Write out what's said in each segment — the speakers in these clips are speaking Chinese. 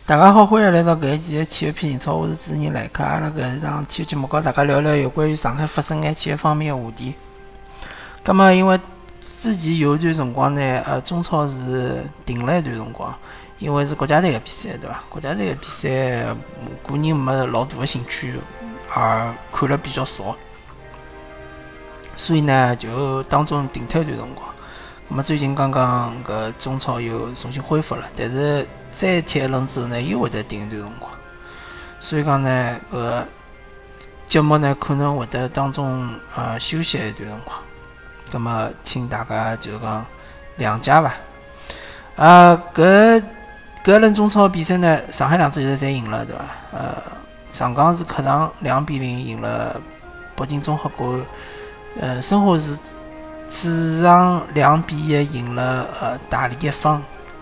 大家好，欢迎来到搿一期的体育篇情操，我是主持人莱克。阿拉搿场体育节目，跟大家聊聊有关于上海发生眼体育方面的话题。葛末因为之前有一段辰光呢，中超是停了一段辰光，因为是国家队的比赛，对伐？国家队的比赛，我个人没老大的兴趣，而看了比较少，所以呢，就当中停脱一段辰光。那么最近刚刚搿中超又重新恢复了，但是再踢一轮之后呢，又会得停一段辰光。所以讲呢，节目呢可能会得当中休息一段辰光。那么请大家就是讲谅解伐。搿轮中超比赛呢，上海两支球队侪赢了，对伐？上港是客场2-0赢了北京综合馆，申花是主场2-1赢了大连一方。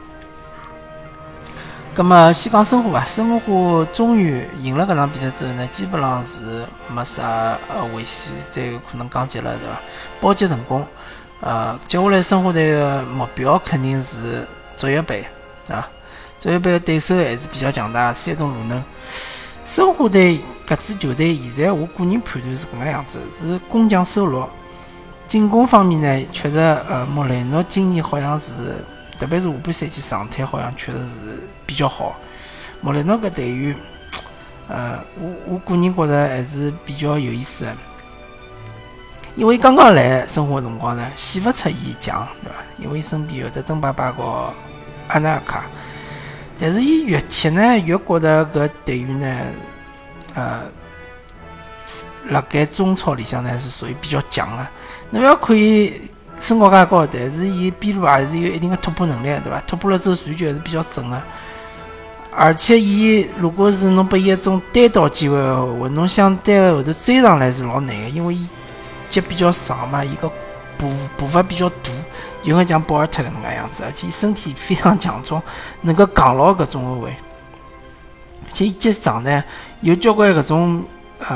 咁么先讲申花吧，申花终于赢了搿场比赛之后呢，基本上是没啥危险，再有可能降级了，对伐？保级成功。接下来申花队的目标肯定是足协杯，对伐？足协杯的对手还是比较强大，山东鲁能。申花队搿支球队现在我个人判断是搿能样子，是攻强守弱。进攻方面呢，确实莫雷诺今年好像是，特别是下半赛季状态好像确实是比较好。莫雷诺搿队员，我个人觉得还是比较有意思的，因为刚刚来申花的辰光呢，显勿出伊强，对伐？因为身边有的登巴巴和阿纳卡，但是伊越踢呢，越觉得搿队员呢，辣盖中超里向呢是属于比较强的。侬要可以身高介高，但是伊边路还是有一定的突破能力，对伐？突破了之后传球还是比较准的。而且伊如果是侬拨伊一种单刀机会的话，侬想在后头追上来是老难的，因为伊脚比较长嘛，伊个步伐比较大，就像博尔特搿能介样子，而且伊身体非常强壮，能够扛牢搿种后卫。而且伊脚长呢，有交关搿种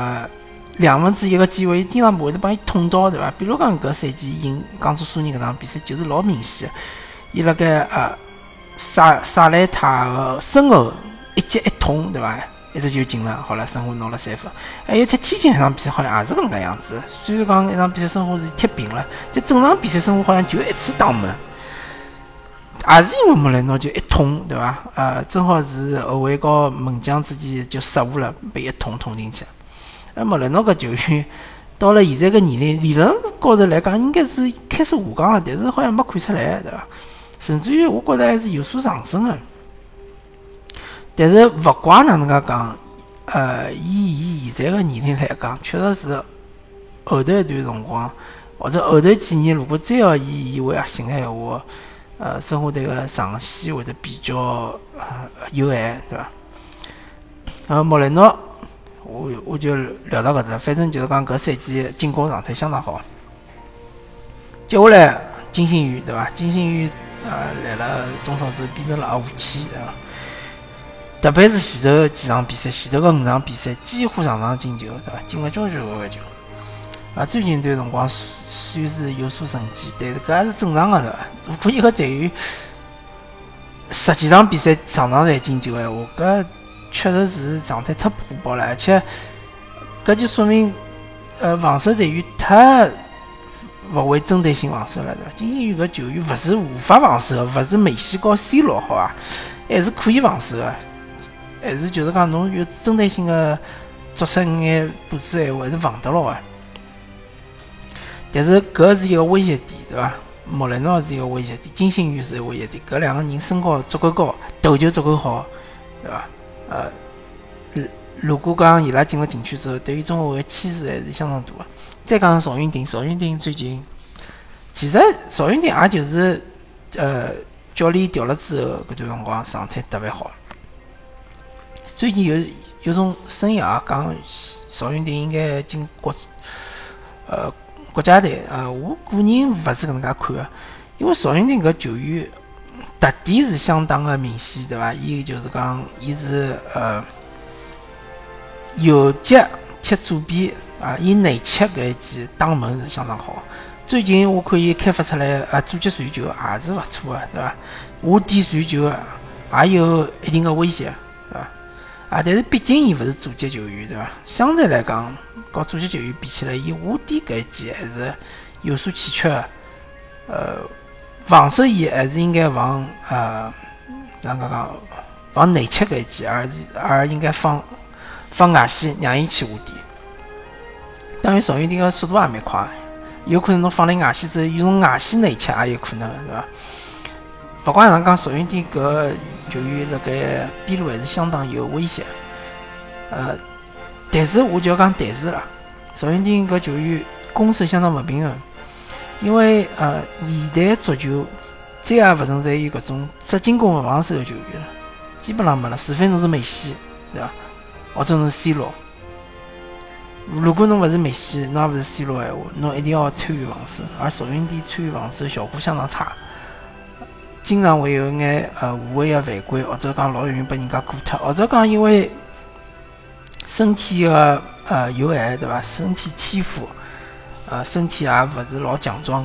1/2个机会，经常会得帮伊捅到，对伐？比如讲搿赛季赢江苏苏宁搿场比赛就是老明显的，伊辣盖萨莱塔的身后一脚一捅，对伐？一直就进了，好了，申花拿了3分。还有踢天津搿场比赛好像也是搿能介样子，虽然讲一场比赛申花是踢平了，但整场比赛申花好像就一次打门，也是因为莫雷诺就一捅，对伐？正好是后卫和门将之间就失误了，被一捅进去。莫雷诺搿球员到了现在搿年龄，理论高头来讲应该是开始下降了，但是好像没看出来，对伐？甚至于我觉得还是有所上升的。但是勿怪哪能介讲，以伊现在个年龄来讲，确实是后头一段辰光，或者后头几年，如果再要以为核心个闲话，申花队个上线会得比较有限，对伐？莫雷诺。我就聊到搿只了，反正就是讲搿赛季进攻状态相当好。接下来金星宇，对伐？金星宇来了中超之后变成了武器，对伐？特别是前头几场比赛，前头个5场比赛几乎场场进球，对伐？进了交关个球。最近一段辰光算是有所成绩，但是搿也是正常个，对伐？如果一个队员10几场比赛场场侪进球闲话，搿确实是状态太火爆了，而且搿就说明防守队员太勿会针对性防守了，对伐？金星宇搿球员勿是无法防守，勿是梅西和 C 罗好伐？还是可以防守的，还是就是讲侬有针对性的做出眼布置闲话，还是防得牢的。但是搿是一个危险点，对伐？莫雷诺是一个危险点，金星宇是一个危险点，搿两个人身高足够高，头球足够好，对伐？如果讲伊拉进了禁区之后，对于中后卫的牵制还是相当大的。再讲邵云霆最近，其实邵云霆也就是教练调了之后搿段辰光状态特别好。最近有种声音也讲邵云霆应该进国家队，我个人勿是搿能介看的，因为邵云霆搿球员特点是相当的明显，对伐？伊就是讲伊是右脚踢左边伊内切搿一记打门是相当好。最近我看伊开发出来左脚传球也是勿错的，对伐？下点传球也有一定的威胁。 但是毕竟伊勿是主级球员，对伐？相对来讲，和主级球员比起来，伊下底搿一记还是有所欠缺的。防守伊还是应该往哪能讲往内切搿一记，而应该放外线，让伊去下底。当然，邵云霆个速度也蛮快，有可能侬放辣外线之后，用外线内切也有可能，对伐？勿管哪能讲，邵云霆搿球员辣盖边路还是相当有威胁。但是我就要讲但是啦，邵云霆搿球员攻守相当勿平衡，因为现代足球再也勿存在于搿种只进攻勿防守的球员了，基本上没了，除非侬是梅西，对伐？或者侬是 C 罗。如果侬勿是梅西，侬也勿是 C 罗闲话，侬一定要参与防守，而邵云霆参与防守效果相当差，经常会有眼无谓的犯规，或者讲老容易被人家过脱，或者讲因为身体的有碍，对伐？身体天赋，身体也勿是老强壮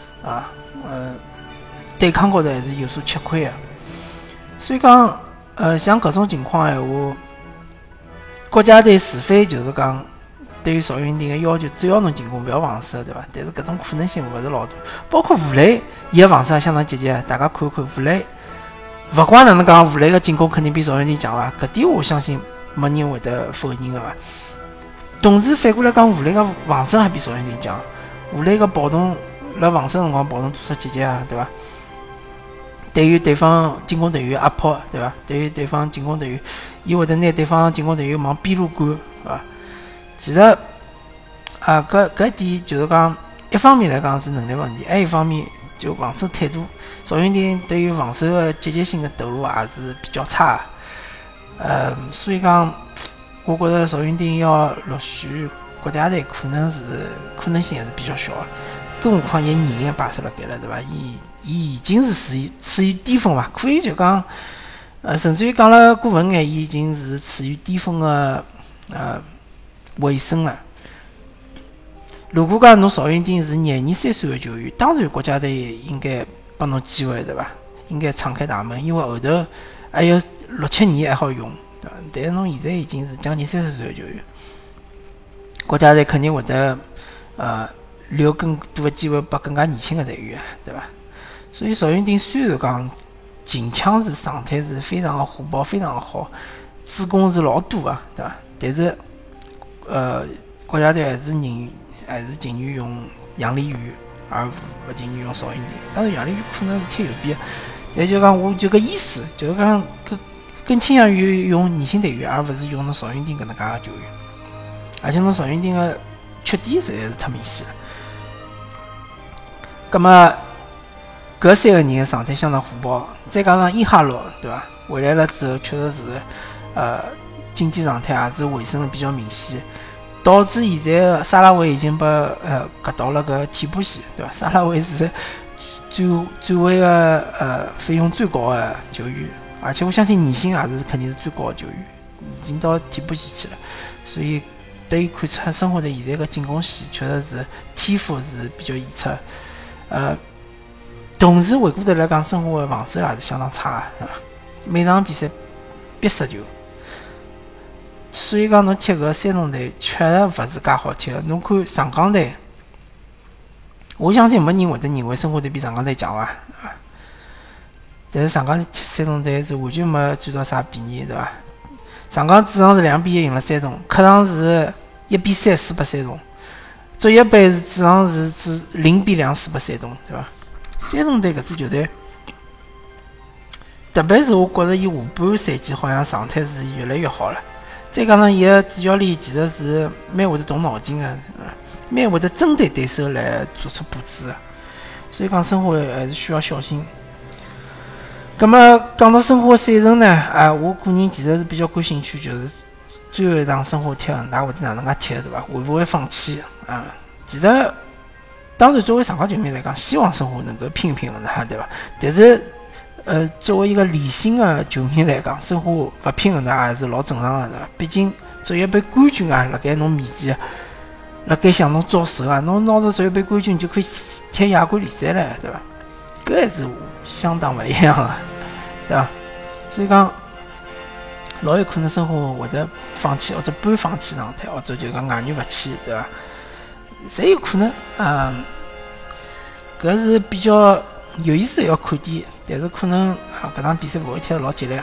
对抗高头还是有所吃亏的。所以讲像搿种情况闲话，国家队除非就是讲对于邵云霆的要求，只要侬进攻，勿要防守，对伐？但是搿种可能性勿是老大。包括吴磊，伊个防守也相当积极，大家看看吴磊，勿管哪能讲，吴磊个进攻肯定比邵云霆强伐？搿点我相信没人会得否认个伐？同时反过来讲，吴磊个防守还比邵云霆强。吴磊个跑动辣防守辰光跑动做出积极啊，对伐？对于对方进攻队员压迫，对伐？对于对方进攻队员，伊会得拿对方进攻队员往边路赶，对伐？其实搿一点就是讲，一方面来讲是能力问题，还有一方面就防守态度。邵云霆对于防守的积极性的投入也是比较差的。所以讲，我觉着邵云霆要陆续国家队可能性还是比较小的，更何况伊年龄也摆出辣盖了，对伐？伊已经是处于巅峰伐？可以就讲，甚至于讲了过分眼，伊已经是处于巅峰的尾声了。如果讲侬邵云霆是廿二三岁的球员，当然国家队应该拨侬机会，对伐？应该敞开大门，因为后头还有6-7年还好用，对伐？但是侬现在已经是将近30岁的球员，国家队肯定会得留更多的机会拨更加年轻的队员，对伐？所以邵云霆虽然讲近腔是状态是非常的火爆，非常的好，助攻是老多啊，对伐？但是国家队还是情愿用杨立瑜，而勿情愿用邵云霆。当然杨立瑜可能是踢右边，但就讲我就搿意思，就是讲更倾向于用年轻队员，而勿是用侬邵云霆搿能介个球员。而且侬邵云霆个缺点实在是太明显了。葛末搿3个人的状态相当火爆，再加上伊哈洛，对伐？回来了之后，确实是竞技状态也是回升的比较明显，导致现在的沙拉维已经被夹到了搿替补席，对伐？沙拉维是转会的费用最高的球员，而且我相信年薪也是肯定是最高的球员，已经到替补席去了，所以对于看出申花队现在个进攻线确实是天赋是比较突出。同时回过头来讲，申花的防守也是相当差的，每场比赛必失球。所以讲，侬踢搿山东队确实勿是介好踢的。侬看上港队，我相信没人会得认为申花队比上港队强伐？但是上港踢山东队是完全没占到啥便宜，对伐？上港主场是2-1赢了山东，客场是1-3输拨山东。足协杯是主场是0-2输拨山东，对伐？山东队搿支球队，特别是我觉着伊下半赛季好像状态是越来越好了。再加上伊个主教练其实是蛮会得动脑筋的，蛮会得针对对手来做出布置的，所以讲申花还是需要小心。咁么讲到申花赛程呢，我个人其实是比较感兴趣，就是最后一场申花踢恒大会得哪能介踢，对伐？会不会放弃啊？其实当然作为上港球迷来讲，希望申花能够拼一拼恒大，对伐？但是作为一个理性的球迷来讲，申花勿拼恒大也是老正常的，对伐？毕竟足协杯冠军啊，辣盖侬面前，辣盖向侬招手啊，侬拿着足协杯冠军就可以踢亚冠联赛了，对伐？搿还是相当勿一样的，对伐？所以讲， 老有可能申花会得放弃或者半放弃状态，或者就讲外援勿去，对伐？侪有可能。搿是比较有意思的一个看点，但是可能搿场比赛勿会踢得老激烈。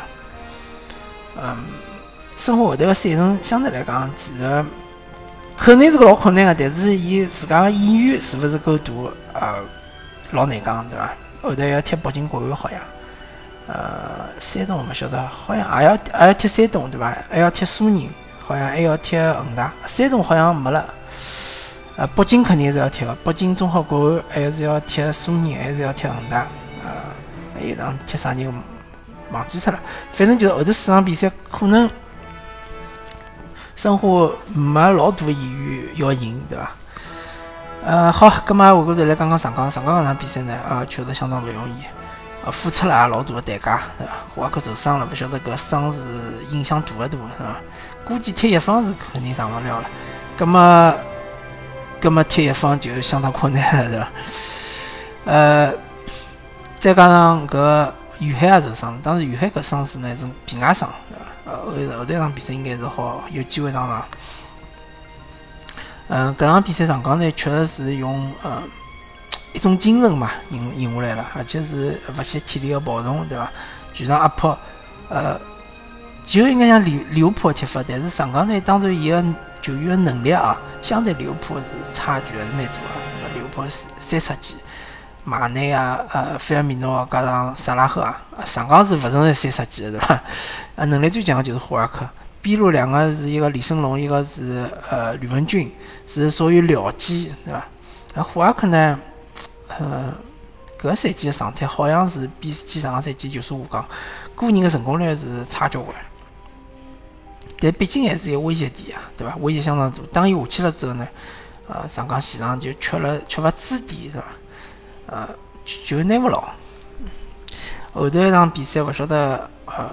申花后头个赛程相对来讲，其实可能是个老困难个，但是伊自家个意愿是勿是够大，老难讲，对伐？后头要踢北京国安好像，山东勿晓得，好像还要踢山东，对伐？还要踢苏宁，好像还要踢恒大，山东好像没了。北京肯定是要踢个，北京综合国安还是要踢苏宁，还是要踢恒大，还有一场踢啥人忘记脱了。反正就是后头4场比赛，可能申花没老大意愿要赢，对伐？好，葛末回过头来讲讲上港搿场比赛呢，确实相当勿容易，付出了也老大个代价，对伐？胡瓦克受伤了，勿晓得搿伤是影响大勿大，是伐？估计踢一方是肯定上勿了了，葛末踢一方就相当困难了，对伐？再加上搿于海也受伤，当然于海搿伤势呢是皮外伤，对伐？后头场比赛应该是好有机会上场。搿场比赛上港呢确实是用一种精神嘛赢下来了，而且是勿惜体力个跑动，对伐？全场压迫，就应该像利物浦踢法，但是上港呢，当然伊个球员个能力相对利物浦是差距还是蛮大个。利物浦3叉戟，马内菲尔米诺加上萨拉赫上港是勿承认3叉戟个，对伐？能力最强个就是霍尔克，边路2个是一个李升龙，一个是吕文君，是属于僚机，对伐？霍尔克呢，搿赛季个状态好像是比起上个赛季有所下降，个人个成功率是差交关。但毕竟还是有威胁点对伐？威胁相当大。当伊下去了之后呢，上港前场就缺乏支点，对伐？就拿勿牢。后头一场比赛勿晓得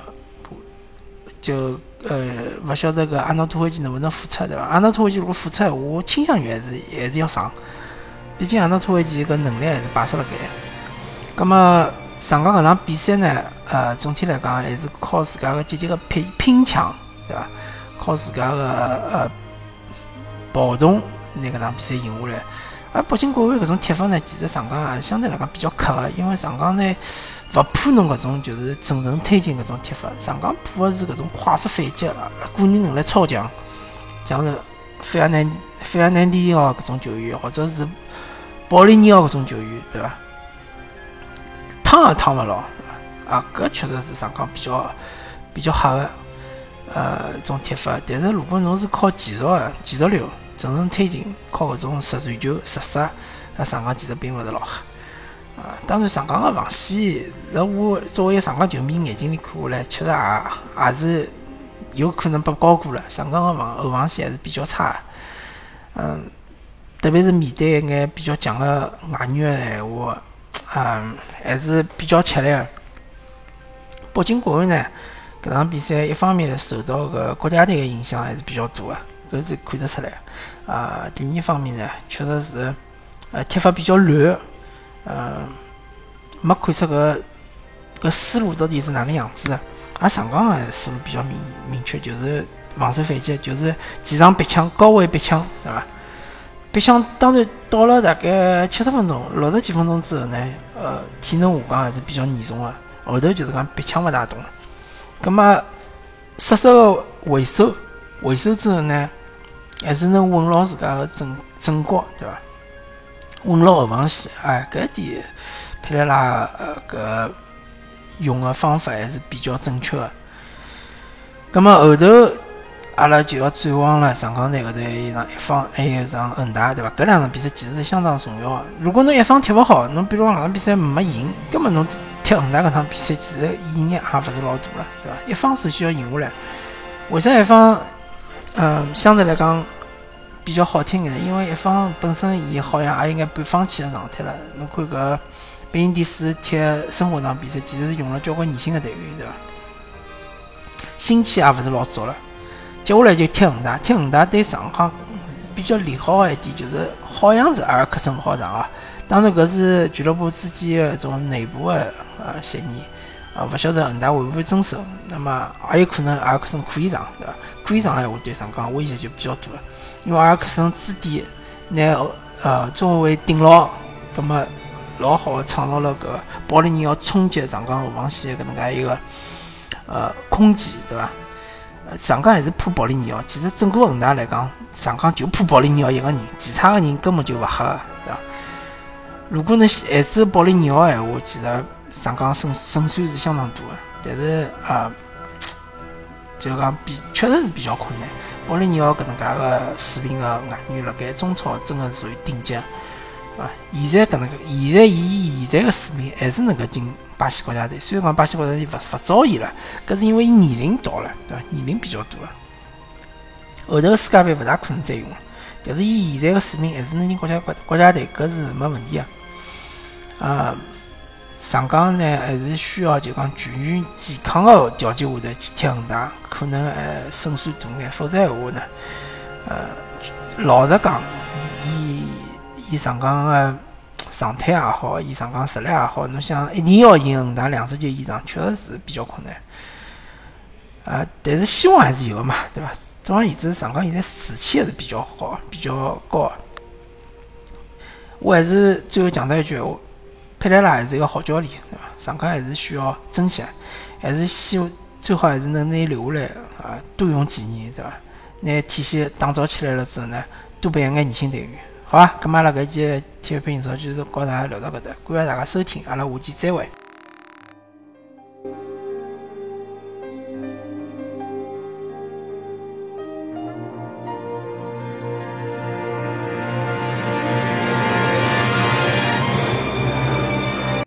勿晓得搿阿诺托维奇能不能复出，对伐？阿诺托维奇如果复出，我倾向于还是要上，毕竟阿诺托维奇搿能力还是摆设辣盖。葛末上港搿场比赛呢，总体来讲还是靠自家个积极个拼抢，对伐？靠自家个跑动拿搿场比赛赢下来。而北京国安搿种踢法呢，其实上港也相对来讲比较克个，因为上港呢勿怕侬搿种就是整层推进搿种踢法，上港怕个是搿种快速反击，个人能力超强，像是费尔南迪奥搿种球员，或者是保利尼奥搿种球员，对伐？趟也趟勿牢，对伐？搿确实是上港比较吓个种踢法。但是如果侬是靠技术流整层推进，靠搿种实传球实杀，上港其实并勿是老吓。当然上港个防线，我作为一个上港球迷眼睛里看下来，确实也是有可能被高估了。上港个后防线还是比较差的，特别是面对一眼比较强个外援个闲话，还是比较吃力个。北京国安呢，搿场比赛一方面受到搿国家队个影响还是比较大个，搿是看得出来。第二方面呢，确实是踢法比较乱，没看出搿思路到底是哪能样子的。而上港个思路比较明确，就是防守反击，就是前场逼抢，高位逼抢，对伐？逼抢当然到了大概70分钟、60几分钟之后呢，体能下降还是比较严重个。后头就是讲逼抢勿大动，葛末失手个回收之后呢，还是能稳牢自家个正角，对伐？稳牢后防线，搿一点佩莱拉搿用个方法还是比较正确个。葛末后头阿拉就要展望了，上港队搿头一场一方，还有一场恒大，对伐？搿两场比赛其实是相当重要个。如果侬一方踢勿好，侬比如讲两场比赛没赢，根本侬踢恒大搿场比赛其实意义也勿是老大了，对伐？一方首先要赢下来。为啥一方相对来讲比较好听一点？因为一方本身伊好像也应该半放弃个状态了。侬看搿北京第四踢申花场比赛，其实是用了交关年轻个队员，对伐？心气也勿是老足了。接下来就踢恒大对上港比较利好的一点就是好像是阿尔克森勿好上当然搿是俱乐部之间的一种内部的协议， 勿晓得恒大会勿会遵守。那么也有可能阿尔克森可以上，对伐？可以上闲话，对上港威胁就比较大了。因为阿尔克森支点拿中后卫顶牢，葛末老好创造了搿保利尼奥冲击上港后防线的搿能介一个空间，对伐？上港还是怕保利尼奥，其实整个恒大来讲，上港就怕保利尼奥一个人，其他个人根本就勿黑个，对伐？如果能限制保利尼奥闲话，其实上港胜算是相当大的，但是就讲确实是比较困难。保利尼奥搿能介个水平个外援，辣盖中超真个是属于顶级啊！现在伊现在个水平还是能够进巴西国家队，虽然讲巴西国家队勿招伊了，搿是因为伊年龄到了，对伐？年龄比较大了，后头个世界杯勿大可能再用了。但是伊现在个水平还是能进国家队，搿是没问题个。上港呢还是需要就讲全员健康个条件下头去踢恒大，可能胜算大眼。否则闲话呢，老实讲，伊上港个状态也好，伊上港实力也好，侬想一定要赢恒大2只球以上，确实是比较困难。但是希望还是有的嘛，对伐？总而言之，上港现在士气还是比较好，比较高。我还是最后强调一句闲话。佩莱拉还是一个好教练，对伐？上港还是需要珍惜，还是希望最好还是能拿伊留下来多用几年，对伐？拿体系打造起来了之后呢，多培养眼年轻队员，好啊。咁阿拉搿期体育配音潮就是告大家聊到搿搭，感谢大家收听，阿拉下期再会。